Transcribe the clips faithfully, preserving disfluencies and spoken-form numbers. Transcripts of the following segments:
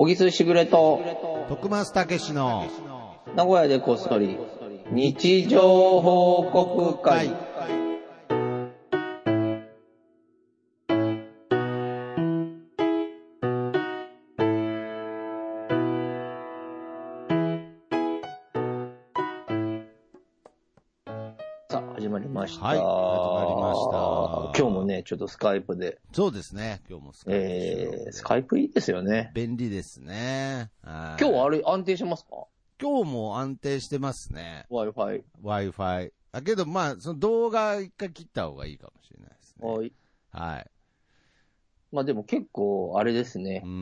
小木須しぐれと徳松たけしの名古屋でこっそり日常報告会。さあ始まりました。 はい、始まりました。 今日もねちょっとスカイプで。 そうですね。今日もスカイプで、 えー、スカイプいいですよね。 便利ですね。 今日はあれ安定してますか？ 今日も安定してますね。 Wi-Fi。 Wi-Fi。だけどまあその動画一回切った方がいいかもしれないですね。 はい。 はい。 まあでも結構あれですね。 うん。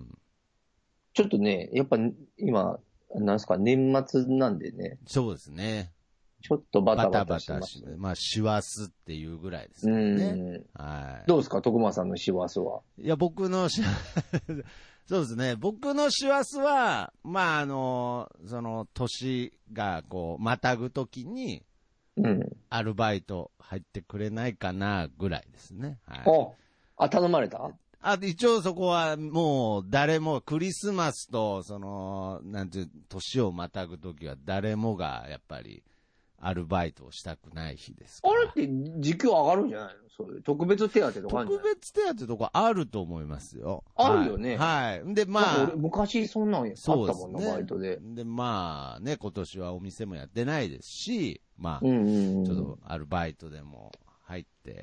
ちょっとねやっぱ今なんすか年末なんでね。 そうですね。 ちょっとバタバタしてます、ね。 バタバタし、まあ師走っていうぐらいですね。 うん。 はい。 どうですか徳間さんの師走は？ いや僕のしそうですね。僕の師走は、まあ、あの、その、年が、こう、またぐときに、 うん。 アルバイト入ってくれないかな、ぐらいですね。はい。 あ、あ、頼まれた？ あ、一応そこは、もう、誰も、クリスマスと、その、なんていう、年をまたぐときは、誰もが、やっぱり、アルバイトをしたくない日ですから。 あれって時給上がるんじゃないの？そういう特別手当とかあるんじゃない？ 特別手当とかあると思いますよ。 あるよね。 はい。はい、で、まあ。 俺昔そんなんあったもんな、ね、バイトで。 で、まあね、今年はお店もやってないですし、まあ、 うんうんうん、 ちょっとアルバイトでも入って、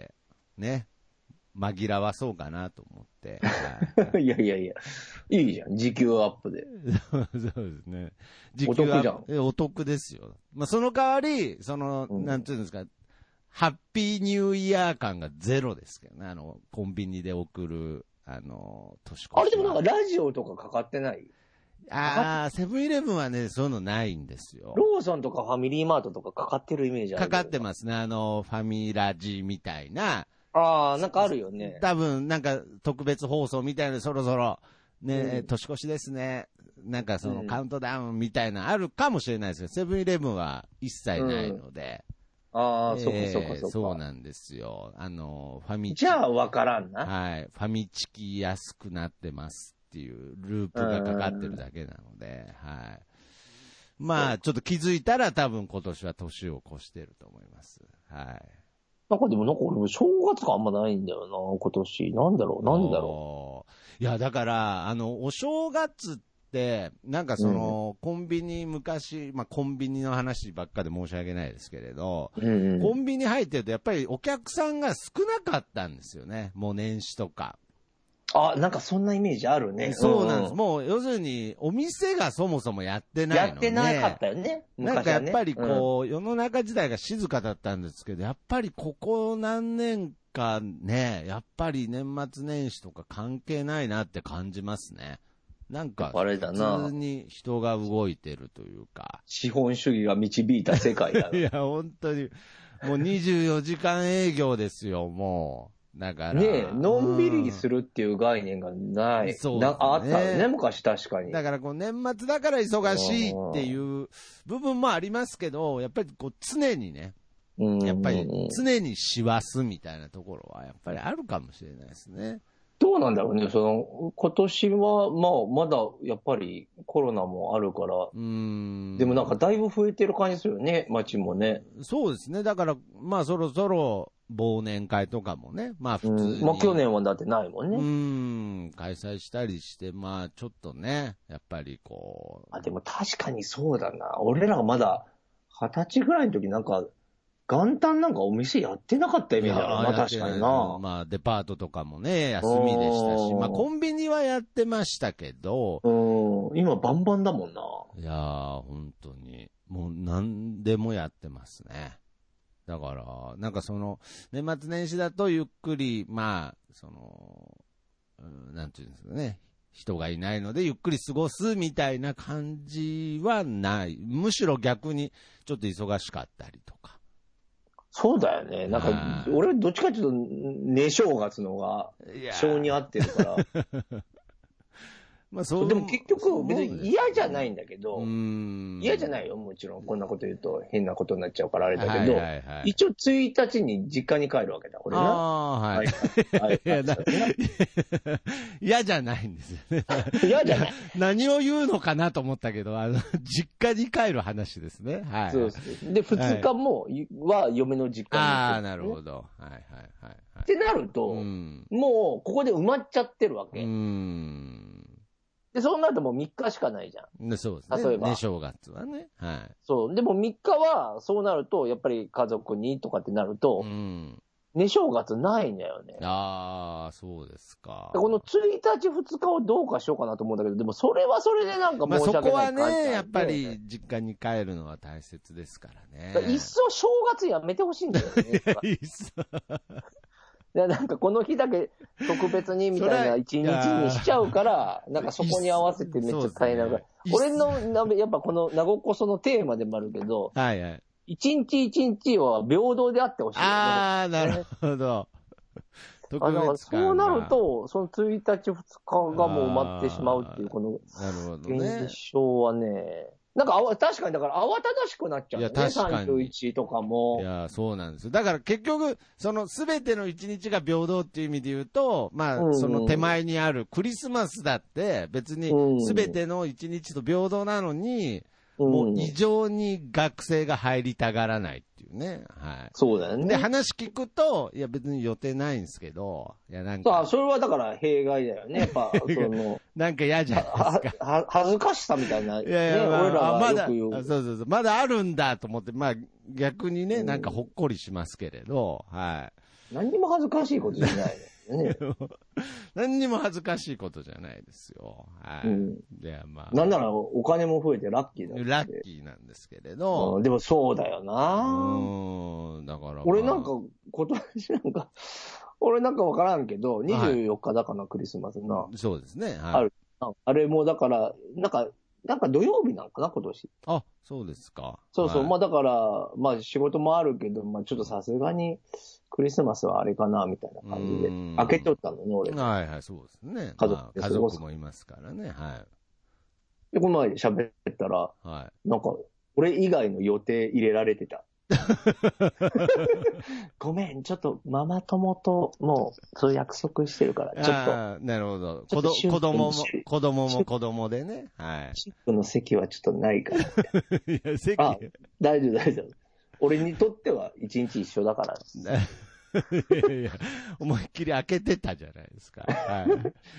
ね、紛らわそうかなと思って。 はい、いやいやいや、いいじゃん、時給アップで。 そうですね。 時給アップ。 お得ですよ。まあ、その代わり、その、うん、なんていうんですか、ハッピーニューイヤー感がゼロですけどね。あの、コンビニで送る、あの、年越し。 あれでもなんかラジオとかかかってない？ ああ、セブンイレブンはね、そういうのないんですよ。 ローソンとかファミリーマートとかかかってるイメージある。 かかってますね。あの、ファミラジみたいな。 ああ、なんかあるよね。 多分、なんか特別放送みたいな、そろそろ、ね、うん、年越しですね。なんかそのカウントダウンみたいなあるかもしれないですけど、セブンイレブンは一切ないので。 うん、ああ、 えー、 そこそこそこ。 そうなんですよ。あの、ファミチキ。じゃあわからんな。 はい。ファミチキ安くなってますっていうループがかかってるだけなので、はい。まあ、ちょっと気づいたら多分今年は年を越してると思います。はい。 なんかでもなんか俺も正月があんまないんだよな、今年。なんだろう、なんだろう。いや、だから、あの、お正月って、なんかその、うん、コンビニ昔、まあコンビニの話ばっかで申し訳ないですけれど、うんうん、コンビニ入ってるとやっぱりお客さんが少なかったんですよね。もう年始とか。 あ、なんかそんなイメージあるね。 そうなんです。うん、もう要するにお店がそもそもやってないので。 やってなかったよね。 昔はね。なんかやっぱりこう、うん、世の中自体が静かだったんですけど、やっぱりここ何年かね、やっぱり年末年始とか関係ないなって感じますね。なんか普通に人が動いてるというか。 資本主義が導いた世界だ。 いや、本当に。もうにじゅうよじかん営業ですよ、もう。だから。 ねえ、のんびりするっていう概念がない。そうですね。あったね、昔確かに。 だからこう年末だから忙しいっていう部分もありますけど、やっぱりこう常にね、やっぱり常に師走みたいなところはやっぱりあるかもしれないですね。 どうなんだろうね。その、今年は、まあ、まだ、やっぱりコロナもあるから。うーん。でもなんかだいぶ増えてる感じするよね、街もね。 そうですね。だから、まあそろそろ忘年会とかもね、まあ普通に。 まあ去年はだってないもんね。 うーん。開催したりして、まあちょっとね、やっぱりこう。 あ、でも確かにそうだな。俺らがまだ、二十歳ぐらいの時なんか、元旦なんかお店やってなかったイメージあるな、確かにな。 まあデパートとかもね、休みでしたし、まあコンビニはやってましたけど、 うん、今バンバンだもんな。 いやー、本当に。もう何でもやってますね。だから、なんかその、年末年始だとゆっくり、まあ、その、うん、なんていうんですかね、人がいないのでゆっくり過ごすみたいな感じはない。むしろ逆にちょっと忙しかったりとか。 そうだよね。なんか、俺どっちかっていうと、寝正月のが、性に合ってるから。 まあそうでも結局別に嫌じゃないんだけど、 うーん嫌じゃないよ、もちろん。こんなこと言うと変なことになっちゃうからあれだけど、 はいはいはい、 一応ついたちに実家に帰るわけだ、これな。 ああ、はい。いやな嫌じゃないんですよね。 嫌じゃない。 何を言うのかなと思ったけど、あの、実家に帰る話ですね。はい。 そうそう。で、二日も、は嫁の実家に行く、ね。 ああ、なるほど。はいはいはい、はい。 ってなると、うん、もう、ここで埋まっちゃってるわけ。 うん。 で、そうなるともうみっかしかないじゃん。 そうですね。例えば。ね、正月はね。はい。 そう。でもみっかは、そうなると、やっぱり家族にとかってなると、うん。ね、正月ないんだよね。 ああ、そうですか。 このついたち、ふつかをどうかしようかなと思うんだけど、でもそれはそれでなんか申し訳ない感じ、まあ、 そこはね、やっぱり実家に帰るのは大切ですからね。 いっそ正月やめてほしいんだよね。いっそ。いや、なんかこの日だけ特別にみたいな一日にしちゃうから、なんかそこに合わせてめっちゃ大変なのが、俺の、やっぱこの名古こそのテーマでもあるけど、はいはい。一日一日は平等であってほしい、ね。 ああ、なるほど。 特別感が。だからそうなると、そのついたちふつかがもう埋まってしまうっていう、この、現象はね、なんかあわ、確かにだから慌ただしくなっちゃう、ね。いや、確かに。さんじゅういちとかも。 いや、そうなんですよ。だから結局、そのすべての一日が平等っていう意味で言うと、まあ、うんうん、その手前にあるクリスマスだって別にすべての一日と平等なのに、うん、もう異常に学生が入りたがらないっていうね。はい。 そうだよね。 で、話聞くと、いや別に予定ないんですけど、いやなんか。 それはだから弊害だよね。やっぱ、その。 なんか嫌じゃないですか。 は、は、恥ずかしさみたいな、ね。いやいや、まあ、俺らがよく言う。 まだ、そうそうそう。まだあるんだと思って、まあ逆にね、なんかほっこりしますけれど、はい。 何にも恥ずかしいことじゃないよね。 何にも恥ずかしいことじゃないですよ。はい。うん、 いや、まあ。なんならお金も増えてラッキーだ、ね。 ラッキーなんですけれど。 うん、でもそうだよな。 うん。だから、まあ。 俺なんか、今年なんか、俺なんかわからんけど、にじゅうよっかだかな、はい、クリスマスな。 そうですね。はい。 ある。あれもだから、なんか、なんか土曜日なんかな、今年。 あ、そうですか。 そうそう。はい、まあだから、まあ仕事もあるけど、まあちょっとさすがに、クリスマスはあれかな、みたいな感じで。開けとったのね、俺。 はいはい、そうですね。家族、まあ、家族もいますからね、はい。 で、この前喋ったら、はい。なんか、俺以外の予定入れられてた。ごめん、ちょっとママ友ともう、そういう約束してるから、ちょっと。 なるほど。子ど子供も、子供も子供でね。はい。 シップの席はちょっとないから。 いや、席。 あ、大丈夫、大丈夫。俺にとっては一日一緒だから。 いやいや、思いっきり開けてたじゃないですか。はい、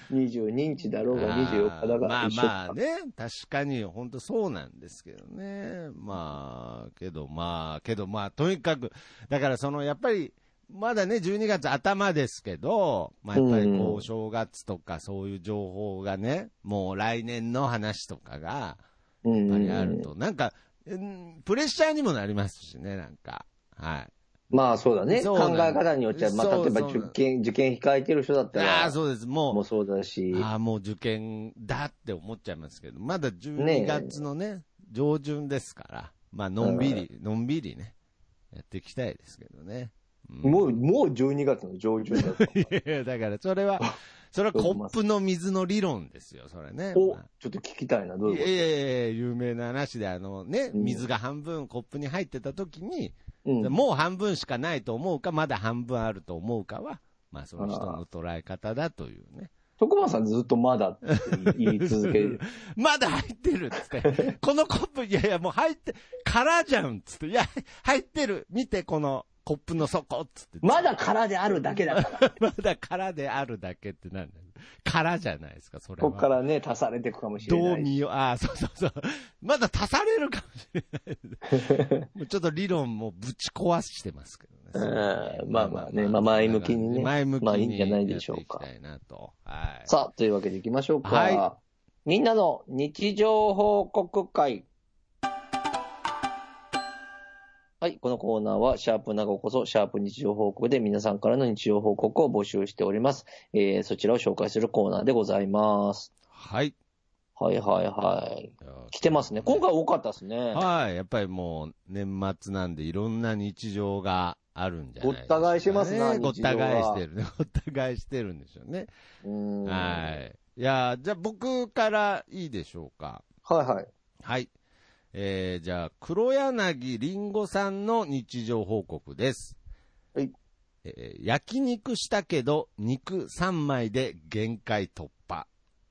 にじゅうににちだろうがにじゅうよっかだから一緒。 まあまあね、確かに本当そうなんですけどね。まあ、けどまあ、けどまあ、とにかく、だからそのやっぱり、まだね、じゅうにがつ頭ですけど、まあやっぱりこう、正月とかそういう情報がね、もう来年の話とかが、やっぱりあると、なんか、プレッシャーにもなりますしね、なんか。はい。 まあそうだね。考え方によっちゃ、まあ例えば受験、受験控えてる人だったら。 ああ、そうです。もう。 もうそうだし。 ああ、もう受験だって思っちゃいますけど、まだじゅうにがつのね、ね上旬ですから、まあのんびり、のんびりね、やっていきたいですけどね。 うん、もう、もうじゅうにがつの上旬だった。 いや、だからそれは、それはコップの水の理論ですよ、それね。 お、まあ、ちょっと聞きたいな、どういうこと？ いやいやいや、有名な話で、あのね、水が半分コップに入ってた時に、うん、もう半分しかないと思うか、まだ半分あると思うかは、まあその人の捉え方だというね。 徳間さんずっとまだって言い続ける。 まだ入ってるっつって。このコップ、いやいやもう入って、空じゃんっつって。いや、入ってる。見てこのコップの底っつって。 まだ空であるだけだから。 まだ空であるだけってなんだよ。空じゃないですか、それは。 ここからね、足されていくかもしれない。 どう見よう、ああ、そうそうそう。まだ足されるかもしれない。ちょっと理論もぶち壊してますけどね。 あまあまあね、まあ前向きにね。 前向きに。 まあいいんじゃないでしょうか。 やっていきたいなと。はい。 さあ、というわけでいきましょうか。 はい。 みんなの日常報告会。はい。このコーナーは、シャープなごこそ、シャープ日常報告で皆さんからの日常報告を募集しております。えー、そちらを紹介するコーナーでございます。 はい。 はいはいはい。来てますね。今回多かったですね。 はい。やっぱりもう、年末なんでいろんな日常があるんじゃないですか、ね。 ごった返しますな、 ごった返してるね。ごった返してるんでしょうね。うん。はい。 いや、じゃあ僕からいいでしょうか。 はいはい。 はい。えー、じゃあ、黒柳りんごさんの日常報告です。 はい。 えー、焼肉したけど、肉さんまいで限界突破。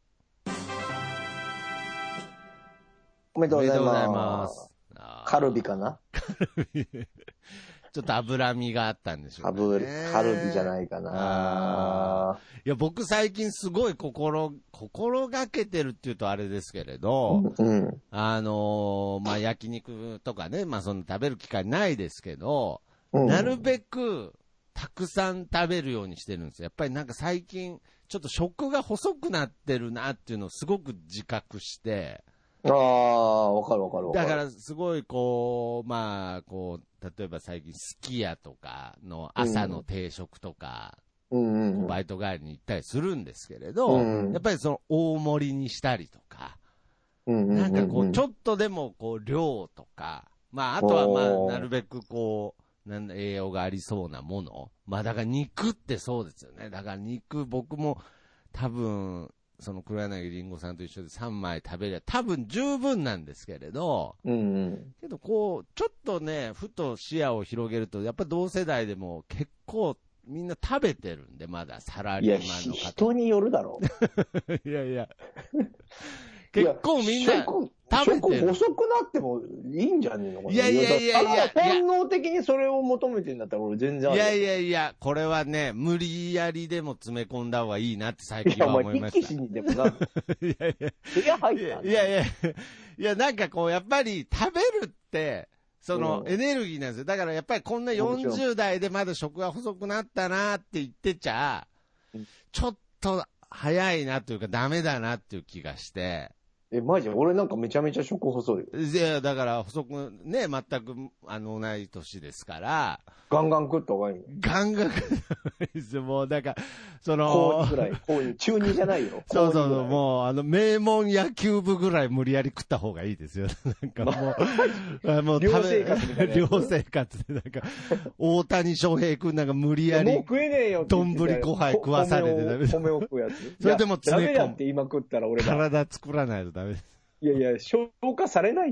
おめでとうございます。 おめでとうございます。 カルビかなちょっと脂身があったんでしょうね。 カルビじゃないかな。 いや、僕最近すごい心、心がけてるっていうとあれですけれど、 うん、 あのー、まあ、焼肉とかね、まあ、その食べる機会ないですけど、 うん、 なるべくたくさん食べるようにしてるんですよ。やっぱりなんか最近、ちょっと食が細くなってるなっていうのをすごく自覚して、 ああ、わかるわかるわかる。 だからすごいこう、まあ、こう、例えば最近すき家とかの朝の定食とか、 うんうん、 バイト帰りに行ったりするんですけれど、 うん、 やっぱりその大盛りにしたりとか、 うんうんうんうん、 なんかこう、ちょっとでもこう、量とか、まあ、あとはまあ、なるべくこう、なん栄養がありそうなもの。まあ、だから肉ってそうですよね。だから肉、僕も多分、その黒柳りんごさんと一緒でさんまい食べりゃ多分十分なんですけれど、 うんうん、 けどこう、ちょっとね、ふと視野を広げると、やっぱ同世代でも結構みんな食べてるんで、まだサラリーマンの方。 いや、人によるだろう。いやいや。結構みんな食べてる。 食細くなってもいいんじゃねえのかな。 いやいやいやいやいや。 本能的にそれを求めてんだったら俺全然ある。 いやいやいや、これはね、無理やりでも詰め込んだ方がいいなって最近は思いました。 いや、お前、一気にでもな。いやいや。 そりゃ入った、 いやいや。いや、なんかこう、やっぱり食べるって、そのエネルギーなんですよ。だからやっぱりこんなよんじゅう代でまだ食が細くなったなって言ってちゃ、ちょっと早いなというかダメだなっていう気がして。 え、マジ俺なんかめちゃめちゃ食細いよ。 いや、だから細く、ね、全く、あの、同い年ですから。 ガンガン食った方がいいの。 ガンガン食った方がいいですよ。もう、だから、その、 高にぐらい。高に。中にじゃないよ。 そうそうそう、もう、あの、名門野球部ぐらい無理やり食った方がいいですよ。なんかもう、もう寮生活みたいな。 寮生活で、なんか、大谷翔平君なんか無理やり、 もう食えねえよってどんぶりごはい食わされてダメです。 米を食うやつ。 それでも詰め込む。ダメだって今食ったら俺が。 体作らないとダメです。 いやいや、消化されないって。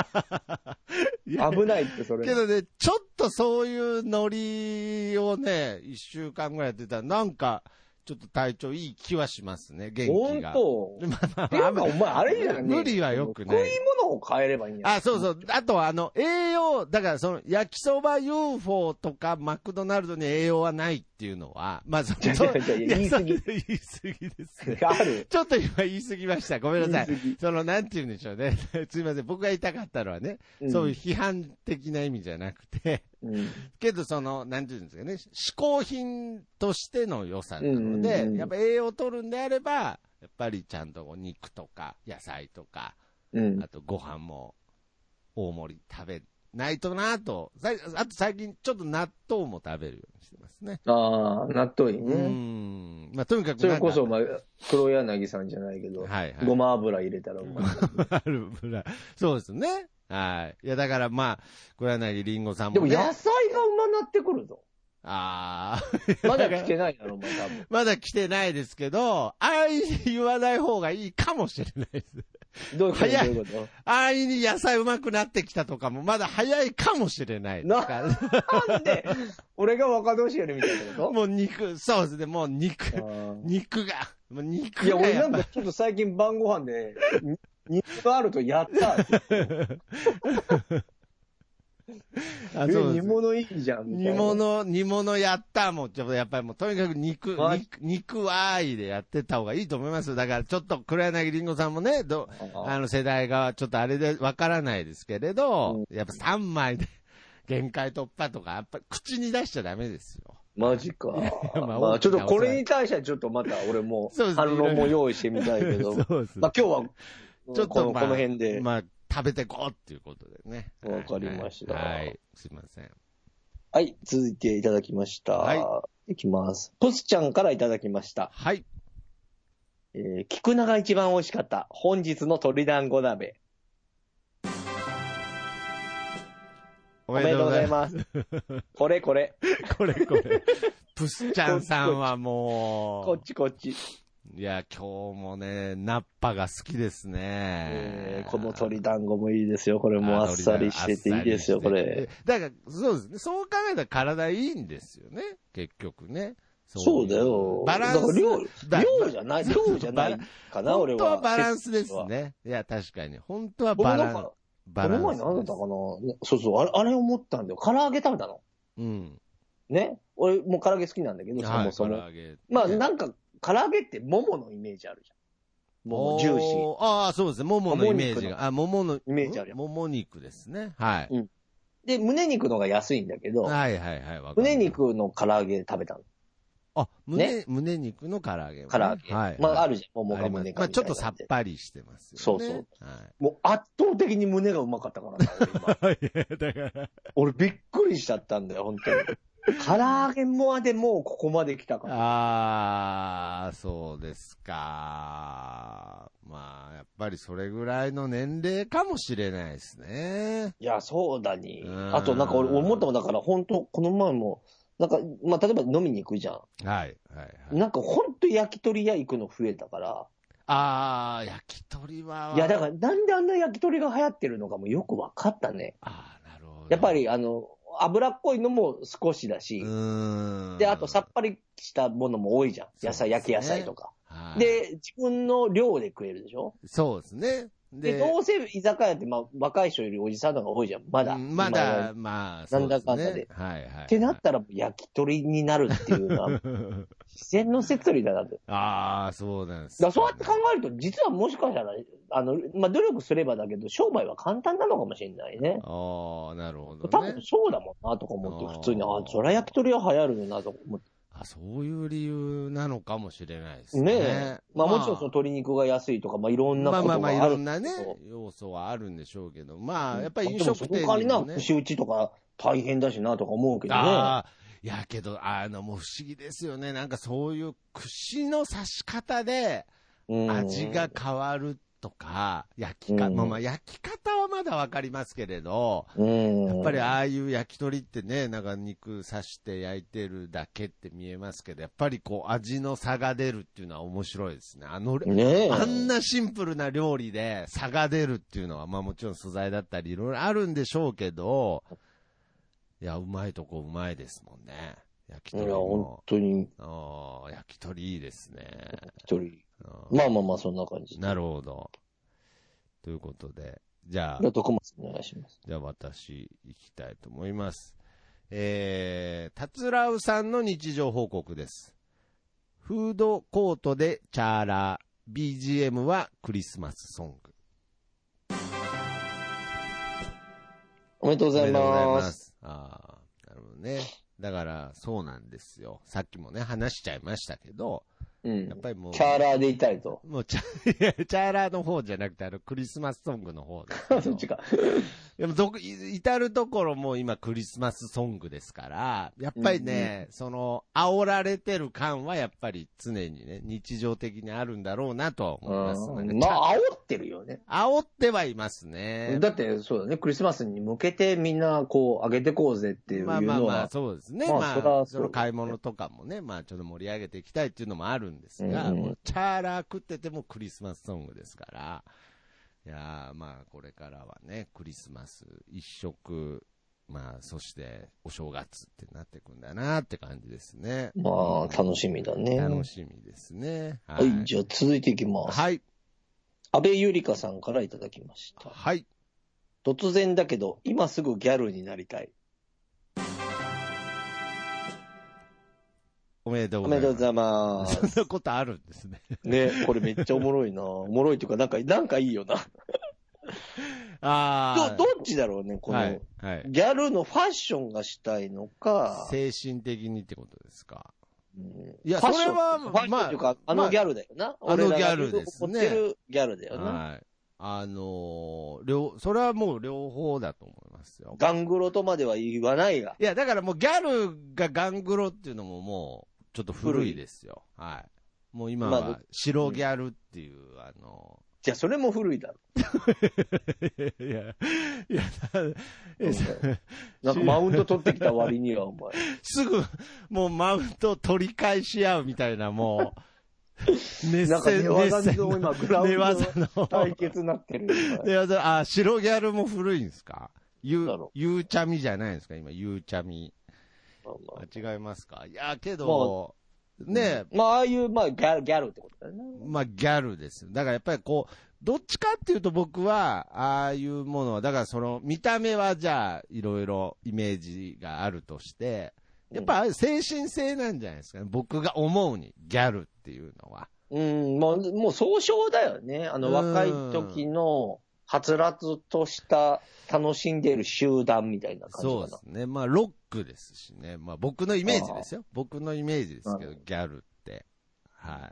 危ないって、それ。 けどね、ちょっとそういうノリをね、一週間ぐらいやってたら、なんか、ちょっと体調いい気はしますね、元気が。 ほんと。まあまあまあ、まあ、お前、あれじゃんね。 無理はよくない。 食い物を変えればいいんや。 あ、そうそう。あとは、あの、栄養、だからその、焼きそば ユーフォー とかマクドナルドに栄養はないっていうのは、まあ、その、言い過ぎ。 言い過ぎです、ね。 ある。 ちょっと今言い過ぎました。ごめんなさい。その、なんて言うんでしょうね。すみません。僕が言いたかったのはね、うん、そういう批判的な意味じゃなくて、うん、けどその、なんて言うんですかね、嗜好品としての良さなので、うんうんうん、やっぱ栄養を取るんであれば、やっぱりちゃんと肉とか野菜とか、うん、あとご飯も大盛り食べないとなと、あと最近ちょっと納豆も食べるようにしてますね。 ああ、納豆いいね。 うん。まあとにかくそれこそ、まあ、黒柳さんじゃないけど、はいはい、ごま油入れたらうまい。 油。そうですね。はい。いやだからまあ、黒柳りんごさんも、 ね。でも野菜がうまなってくるぞ。 ああ。まだ来てないだろ、お前多分。 まだ来てないですけど、ああ言わない方がいいかもしれないです。 どういうこと早い。 どういうことああに野菜うまくなってきたとかもまだ早いかもしれないですから。 なんで俺が若年寄りみたいなこともう肉、そうですね、もう肉、肉が、もう肉が。 いや、俺なんかちょっと最近晩ご飯で、肉があるとやったってあ、そう煮物いいじゃん。 煮物、煮物やったもん。ちょっとやっぱりもうとにかく肉、肉、肉わーいでやってた方がいいと思いますよ。だからちょっと黒柳りんごさんもね、ど、あの世代がちょっとあれでわからないですけれど、うん、やっぱさんまいで限界突破とか、やっぱ口に出しちゃダメですよ。 マジか。まあ、まあ、ちょっとこれに対してはちょっとまた俺も反論も用意してみたいけど、そうですまあ今日はちょっとこの、まあ、この辺で。 まあ食べてこうっていうことでね。 わかりました。 はい。はい、すいません。 はい。続いていただきました。はい。いきます。ポスちゃんからいただきました。 はい。 えー、菊菜が一番美味しかった。本日の鶏団子鍋。おめでとうございます。これこれ。 これこれ。プスちゃんさんはもう。 こっちこっち。 いや、今日もね、ナッパが好きですね。 えー、この鶏団子もいいですよ。これもあっさりしてていいですよ、これ。 だから、そうですね。そう考えたら体いいんですよね。結局ね。 そうだよ。 バランス。だから量、量じゃない、量じゃないかな、俺は。 本当はバランスですね。いや、確かに。本当はバランス。バランス。 この前何だったかな。そうそう、あれ、あれ思ったんだよ。唐揚げ食べたの。 うん。 ね。俺、もう唐揚げ好きなんだけど、そもそも。はい、まあ、なんか、唐揚げって桃のイメージあるじゃん。桃、ジューシー。 ああ、そうですね。桃のイメージが。あ、桃のイメージあるよ。 桃肉ですね。はい。 うん。で、胸肉のが安いんだけど、 はいはいはい。 胸肉の唐揚げ食べたの。 あ、胸、ね、胸肉の唐揚げ、ね。 唐揚げ。はい。まあ、あるじゃん。桃か胸か。 まあ、ちょっとさっぱりしてますよね。 そうそう。 はい。 もう圧倒的に胸がうまかったからな、俺今。いや、だから。俺びっくりしちゃったんだよ、本当に。唐揚げまでもうここまで来たから。 ああ、そうですか。まあ、やっぱりそれぐらいの年齢かもしれないですね。 いや、そうだに。あとなんか俺思ったもんだから、本当この前も、なんか、まあ、例えば飲みに行くじゃん。はい、はい、はい。なんか本当焼き鳥屋行くの増えたから。 ああ、焼き鳥は。 いや、だからなんであんな焼き鳥が流行ってるのかもよく分かったね。 ああ、なるほど。 やっぱりあの、脂っこいのも少しだし、で、あとさっぱりしたものも多いじゃん。野菜、焼き野菜とか。で、自分の量で食えるでしょ？ そうですね。 で、どうせ居酒屋って、まあ、若い人よりおじさんの方が多いじゃん。まだ。 まだ、まあ、 なんだかんだで。はいはい。ってなったら、焼き鳥になるっていうのは、自然の摂理だなと。 ああ、そうなんです。 だそうやって考えると、実はもしかしたら、あの、まあ、努力すればだけど、商売は簡単なのかもしれないね。 ああ、なるほど、ね。 多分そうだもんな、とか思って、普通に、ああ、そりゃ焼き鳥は流行るよな、と思って。 あ、そういう理由なのかもしれないですね。 ねえ。まあ、まあ、もちろんその鶏肉が安いとか、まあいろんなことがある。 まあまあまあいろんなね、要素はあるんでしょうけど、まあやっぱり飲食店にも、ね。 でもその代わりな、串打ちとか大変だしなとか思うけどね。ああ。 いやけど、あの、もう不思議ですよね。なんかそういう串の刺し方で味が変わるとか、焼き方、うん、まあまあ焼き方はまだわかりますけれど、うん、やっぱりああいう焼き鳥ってね、なんか肉刺して焼いてるだけって見えますけど、やっぱりこう味の差が出るっていうのは面白いですね。あの、ね、あんなシンプルな料理で差が出るっていうのは、まあもちろん素材だったりいろいろあるんでしょうけど、いや、うまいとこうまいですもんね。焼き鳥も。いや、 本当に。 ああ、焼き鳥いいですね。 焼き鳥。まあまあまあ、そんな感じ。 なるほど。ということで、じゃあ。 じゃあ、徳松お願いします。 じゃあ、私、行きたいと思います。えー、たつらうさんの日常報告です。フードコートでチャーラー、ビージーエム はクリスマスソング。 おめでとうございます。おめでとうございます。 ああ、なるほどね。だから、そうなんですよ。さっきもね、話しちゃいましたけど、 うん。 やっぱりもう。 チャーラーでいたいと。 もうチャ、チャーラーの方じゃなくて、あの、クリスマスソングの方です。 そっちか。 でもど、至るところも今クリスマスソングですから、やっぱりね、うんうん、その、煽られてる感はやっぱり常にね、日常的にあるんだろうなとは思います、ね。 まあ、煽ってるよね。 煽ってはいますね。 だって、そうだね、クリスマスに向けてみんな、こう、上げてこうぜっていうのは。 まあまあまあ、そうですね。まあ、まあ、そ, ね、その買い物とかもね、まあちょっと盛り上げていきたいっていうのもあるんですが、うんうん、もうチャーラー食っててもクリスマスソングですから、いやーまあこれからはね、クリスマス一色、まあそしてお正月ってなってくんだなって感じですね。 まあ楽しみだね。 楽しみですね。 はい、はい、じゃあ続いていきます。 はい。 安倍ゆりかさんからいただきました。 はい。 突然だけど、今すぐギャルになりたい。 おめでとうございます。 おめでとうございます。 そんなことあるんですね。 ね、これめっちゃおもろいな。おもろいっていうか、なんか、なんかいいよな。 ああ。 ど、どっちだろうね、この、はいはい、ギャルのファッションがしたいのか。 精神的にってことですか。 うん、いや、それは、まあ、ファッションっていうか、あのギャルだよな。 まあ、あのギャルですね。 ってるギャルだよな。 はい。あのー、両、それはもう両方だと思いますよ。 ガングロとまでは言わないが。 いや、だからもうギャルがガングロっていうのももう、ちょっと古いですよ。はい。もう今は白ギャルっていう、まあ、あのー、じゃあそれも古いだろ。 いや、いや、 なんかマウント取ってきた割にはお前。 すぐ、もうマウント取り返し合うみたいな、もう。 熱なんか戦、 寝技熱戦の今、グラウン寝技ドの対決になってる。 寝技、あ、白ギャルも古いんですか？ゆだろ、 ゆうちゃみじゃないんですか今、ゆうちゃみ。 まあまあ違いますか？いや、けど、ねあ、まあ、ああいう、まあ、ギャル、ギャルってことだよね。 まあ、ギャルです。だからやっぱりこう、どっちかっていうと僕は、ああいうものは、だからその、見た目はじゃあ、いろいろイメージがあるとして、やっぱ精神性なんじゃないですかね。僕が思うに、ギャルっていうのは。 うん、もう、もう総称だよね。あの、若い時の、はつらつとした楽しんでいる集団みたいな感じかな。 そうですね。まあ、ロックですしね。まあ、僕のイメージですよ。僕のイメージですけど、ギャルって。はい。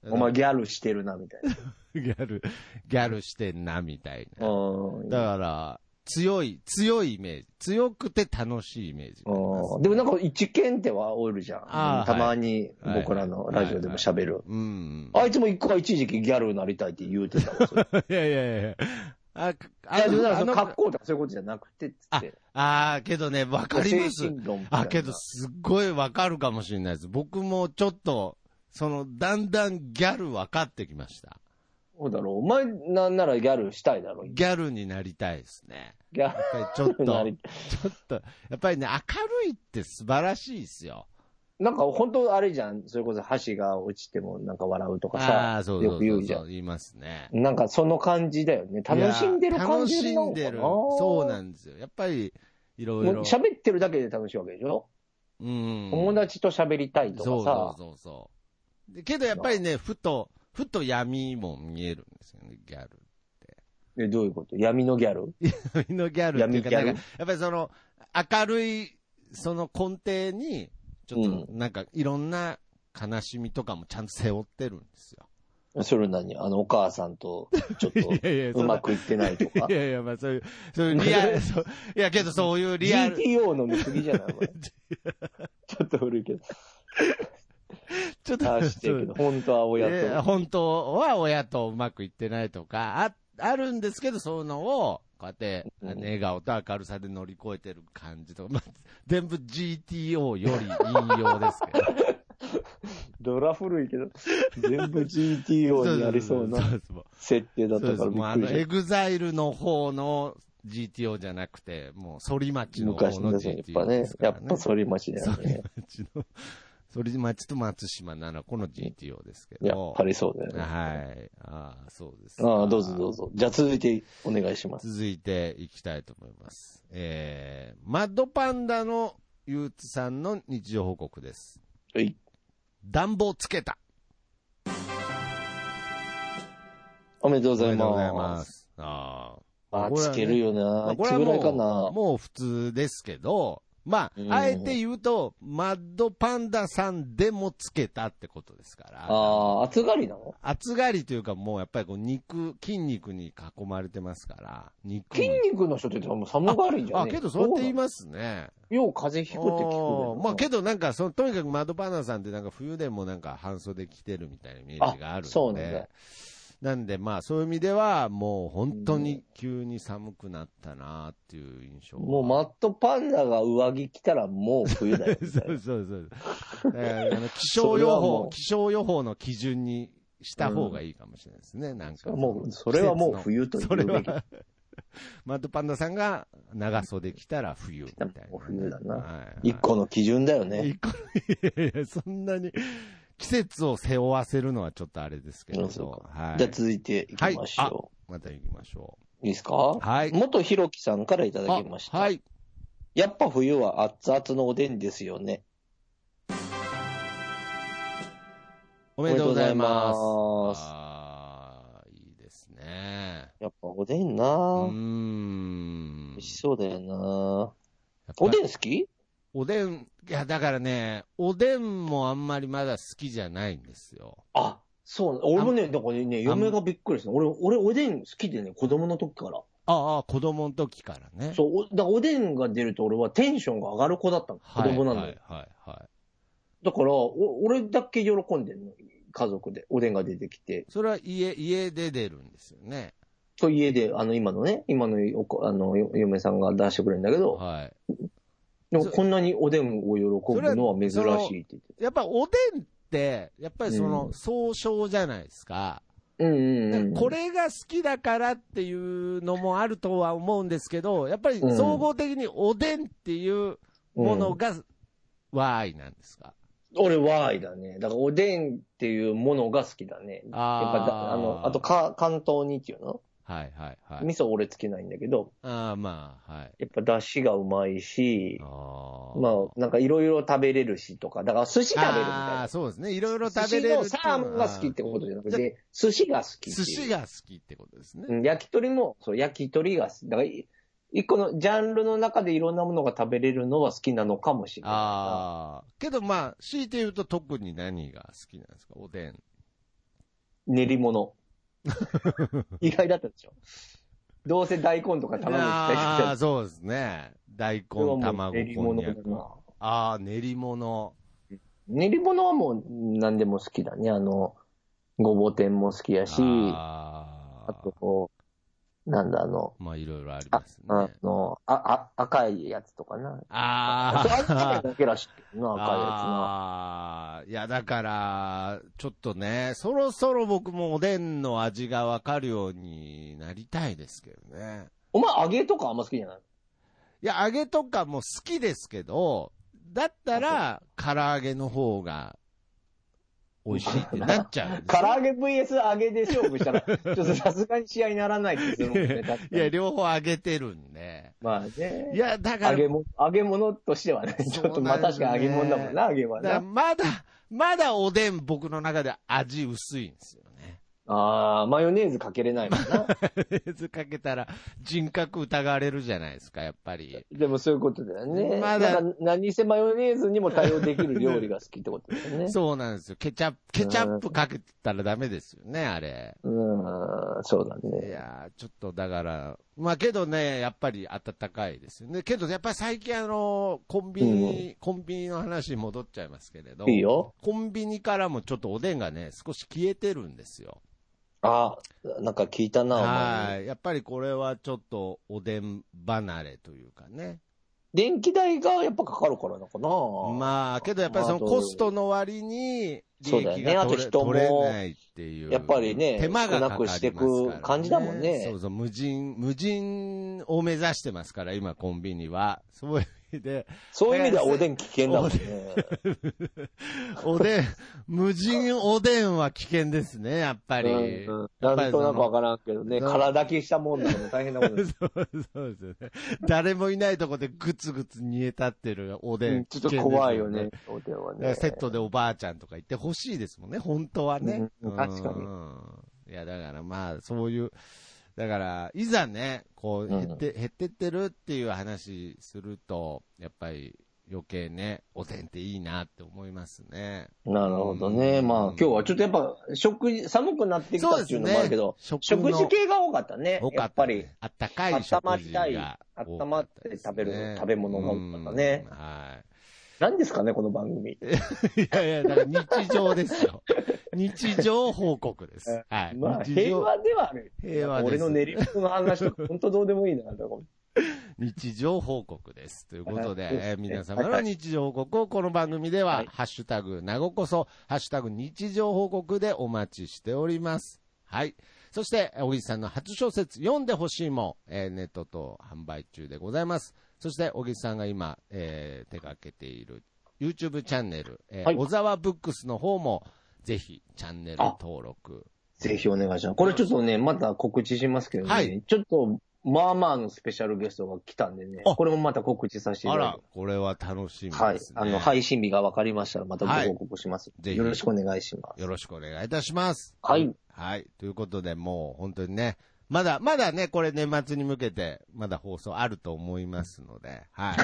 お前ギャルしてるな、みたいな。 ギャル、ギャルしてんな、みたいな。 うんだから、強い、強いイメージ。強くて楽しいイメージがありますね。 でもなんか一見ってはおるじゃん。 あーたまに僕らのラジオでも喋る。 うん。 あいつも一回一時期ギャルになりたいって言うてたもんそれ。 いやいやいやあ、 いや、でもなんかそのあ格好とかそういうことじゃなくてっつあって。 あー、けどね、わかります精。神論みたいなあ、けどすっごいわかるかもしれないです。僕もちょっと、その、だんだんギャル分かってきました。 そうだろう。お前なんならギャルしたいだろう。 ギャルになりたいですね。 ギャやっぱりちょっと、ちょなりっと、やっぱりね、明るいって素晴らしいですよ。 なんか本当あれじゃん。それこそ箸が落ちてもなんか笑うとかさ。 ああ、そうそうそうそう。 よく言うじゃん。 言いますね。 なんかその感じだよね。楽しんでる感じなのかな。 楽しんでる。そうなんですよ。やっぱり、いろいろ。 喋ってるだけで楽しいわけでしょ。 うん。 友達と喋りたいとかさ。 そうそうそうそう。けどやっぱりね、ふと、ふと闇も見えるんですよね、ギャルって。 え、どういうこと？闇のギャル？ 闇のギャルっていうか、 闇ギャル？ なんか、やっぱりその、明るい、その根底に、ちょっと、なんか、いろんな悲しみとかもちゃんと背負ってるんですよ。 それ何？あの、お母さんと、ちょっと、うまくいってないとか。 いやいや、まあそういう、そういうリアル、そういやけどそういうリアル。 ジーティーオー の見過ぎじゃないお前ちょっと古いけど。 ちょっと、 ああしてるけど、本当は親と。 本当は親とうまくいってないとか、あ、あるんですけど、そういうのを、こうやって、笑顔と明るさで乗り越えてる感じとか、まあ、全部 ジーティーオー より引用ですけど。 ドラ古いけど、全部 ジーティーオー にありそうな設定だったからびっくりした。 あの、エグザイルの方の ジーティーオー じゃなくて、もう、反町の方の ジーティーオー ですからね。 やっぱね、やっぱ反町だよね。 反町の、反町と松島ならこの ジーティーオー ですけど。 やっぱりそうだよね。 はい。ああ、そうです。 ああ、どうぞどうぞ。じゃあ続いてお願いします。 続いていきたいと思います。えー、マッドパンダのゆうつさんの日常報告です。 はい。 暖房つけた。 おめでとうございます。 おめでとうございます。ああ。まあ、つけるよな。 まあ、これはもう、もう普通ですけど、まあ、あえて言うと、マッドパンダさんでもつけたってことですから。 ああ、暑がりなの？ 暑がりというか、もうやっぱりこう肉、筋肉に囲まれてますから、肉。 筋肉の人ってもう寒がりじゃん。 あ、けどそうやって言いますね。 よう風邪ひくって聞くまあけどなんか、その、とにかくマッドパンダさんってなんか冬でもなんか半袖着てるみたいなイメージがあるので。 そうなんだ。 なんで、まあ、そういう意味では、もう本当に急に寒くなったなっていう印象、うん。 もうマットパンダが上着着たらもう冬だよ、ね。 そうそうそう。あの気象予報、気象予報の基準にした方がいいかもしれないですね、うん、なんか。 もう、それはもう冬というべき。それはマッドパンダさんが長袖着たら冬みたいな、ね。 冬だな。はいはい、一個の基準だよね。 一個の、いやいや、そんなに。季節を背負わせるのはちょっとあれですけど。 はい、じゃあ続いていきましょう。はい、 また行きましょう。いいですか？ はい。 元ひろきさんからいただきました。 はい。 やっぱ冬は熱々のおでんですよね。 おめでとうございます。ああ、いいですね。 やっぱおでんなぁ。うーん。美味しそうだよなぁ。おでん好き？ おでん、いや、だからね、おでんもあんまりまだ好きじゃないんですよ。 あ、そう。俺もね、だからね、嫁がびっくりした。俺、俺、おでん好きでね、子供の時から。 ああ、子供の時からね。 そう、だからおでんが出ると俺はテンションが上がる子だったの。子供なのに。はいはいはい。 だから、お俺だけ喜んでんの。家族で。おでんが出てきて。 それは家、家で出るんですよね。 そう、家で、あの、今のね、今のおあの嫁さんが出してくれるんだけど。はい。でもこんなにおでんを喜ぶのは珍しいって言って。 やっぱおでんっ 、やっぱりその、総称じゃないですか。 うんうんうん、 これが好きだからっていうのもあるとは思うんですけど、やっぱり総合的におでんっていうものがワーイなんですか？ うん、俺ワーイだね。だからおでんっていうものが好きだね。あやっぱあの、あとか関東煮っていうの？はいはいはい。味噌俺つけないんだけど。 ああ、まあ、はい。 やっぱ出汁がうまいし、あまあ、なんかいろいろ食べれるしとか、だから寿司食べるみたいな。ああ、 そうですね。いろいろ食べれる。 寿司のサーモンが好きってことじゃなくて、寿司が好き。 寿司が好きってことですね。 うん、焼き鳥も、そう、焼き鳥が好き。だから、一個のジャンルの中でいろんなものが食べれるのは好きなのかもしれない。ああ。けどまあ、強いて言うと特に何が好きなんですか？おでん。 練り物。意外だったでしょ。どうせ大根とか卵ああ、そうですね。大根、卵、練り物。ああ、練り物。 練り物はもう何でも好きだね。あの、ごぼ天も好きやし、あ, あと、なんだ、あの、 まあ、いろいろありますね。 あの、あ、あ、赤いやつとかな。 ああ。 そう、赤いだけらしいけどな、赤いやつな。 ああ。いや、だから、ちょっとね、そろそろ僕もおでんの味がわかるようになりたいですけどね。 お前、揚げとかあんま好きじゃない？ いや、揚げとかも好きですけど、だったら、唐揚げの方が、美味しいってなっちゃう。 唐揚げ ブイエス 揚げで勝負したら、ちょっとさすがに試合にならないですよね。 いや、両方揚げてるんで。 まあね。 いや、だから。 揚げも、揚げ物としてはね、ちょっとまあ確かに揚げ物だもんな、揚げ物な。 まだ、まだおでん僕の中で味薄いんですよね。 ああ、マヨネーズかけれないもんな。マヨネーズかけたら人格疑われるじゃないですか、やっぱり。 でもそういうことだよね。まだ。何せマヨネーズにも対応できる料理が好きってことだよね。 そうなんですよ。ケチャップ、ケチャップかけたらダメですよね、あれ。 うん、そうだね。 いやちょっとだから、まあけどね、やっぱり温かいですよね。けどやっぱり最近あの、コンビニ、うん、コンビニの話に戻っちゃいますけれど。 いいよ。 コンビニからもちょっとおでんがね、少し消えてるんですよ。 あ、なんか聞いたな、 はい。やっぱりこれはちょっとおでん離れというかね。 電気代がやっぱかかるからなのかな。 まあ、けどやっぱりそのコストの割に利益が取れ、取れないっていう。 やっぱりね、 手間がかかりますから、ね、 少なくしていく感じだもんね。 そうそう、無人、無人を目指してますから、今コンビニは。そういう意味で。 そういう意味ではおでん危険だもんね。 おでん、無人おでんは危険ですね、やっぱり。 うんうん、なんとなくわからんけどね、体だけしたもんだから大変なことです。 そうそうですよね。誰もいないとこでグツグツ煮え立ってるおでん、 うん、ちょっと怖いよね、おでんはね。 セットでおばあちゃんとか行ってほしいですもんね、本当はね。 うん、確かに。 いや、だからまあ、そういう、だから、いざね、こう、減って、うん、減ってってるっていう話すると、やっぱり余計ね、おでんっていいなって思いますね。 なるほどね。うん、まあ、今日はちょっとやっぱ、食事、寒くなってきたっていうのもあるけど、ね、食事系が多かったね。多かった。やっぱり。 あったかい食事が、ね。 温まって食べる食べ物が多かったね。はい。何ですかね、この番組。いやいや、だから日常ですよ。日常報告です。はい。 まあ、平和ではある。平和です。俺の練り物の話とか、本当どうでもいいな、 日常報告です。ということで、えー、皆様の日常報告をこの番組では、はい、ハッシュタグ、なごこそ、ハッシュタグ、日常報告でお待ちしております。はい。そして、小木さんの初小説、読んでほしいも、えー、ネットと販売中でございます。そして、小木さんが今、えー、手掛けている YouTube チャンネル、えーはい、小沢ブックスの方も、ぜひ、チャンネル登録。 ぜひお願いします。これちょっとね、また告知しますけどね、はい、ちょっと、まあまあのスペシャルゲストが来たんでね、これもまた告知させていただきます。 あら、これは楽しみですね。 はい。あの、配信日が分かりましたら、またご報告します。はい、よろしくお願いします。 よろしくお願いいたします。 はい。 はい。ということで、もう本当にね、まだ、まだね、これ年末に向けて、まだ放送あると思いますので、はい。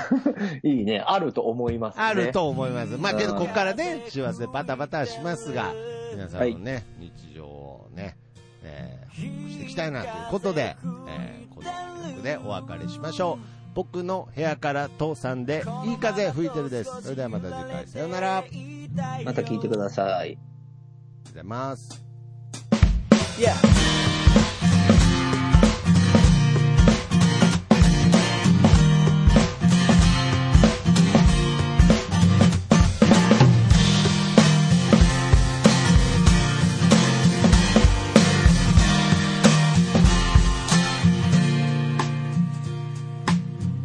いいね。あると思いますね。 あると思います。まあけど、ここからね、幸せバタバタしますが、皆さんのね、はい、日常をね、えー、報告していきたいなということで、えー、この曲でお別れしましょう。僕の部屋から父さんで、いい風吹いてるです。それではまた次回、さよなら。 また聞いてください。ありがとうございます。 Yeah.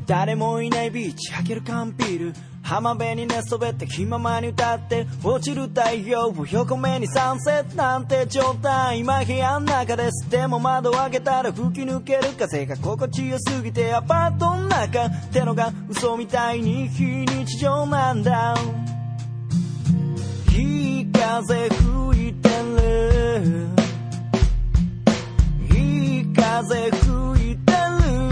誰もいないビーチ開ける缶ビール浜辺に寝そべって気ままに歌って落ちる太陽を横目にサンセットなんて状態今部屋の中です。でも窓を開けたら吹き抜ける風が心地よすぎてアパートの中ってのが嘘みたいに非日常なんだ。いい風吹いてるいい風吹いてる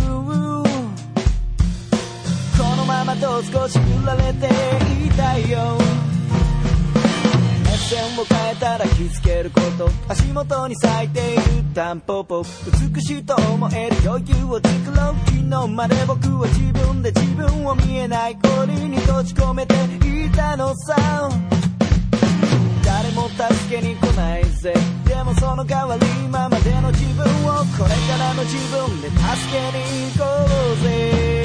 このままと少し振られていたいよ。目線を変えたら気づけること足元に咲いているタンポポ美しいと思える余裕を作ろう。昨日まで僕は自分で自分を見えない氷に閉じ込めていたのさ。誰も助けに来ないぜ。でもその代わり今までの自分をこれからの自分で助けに行こうぜ。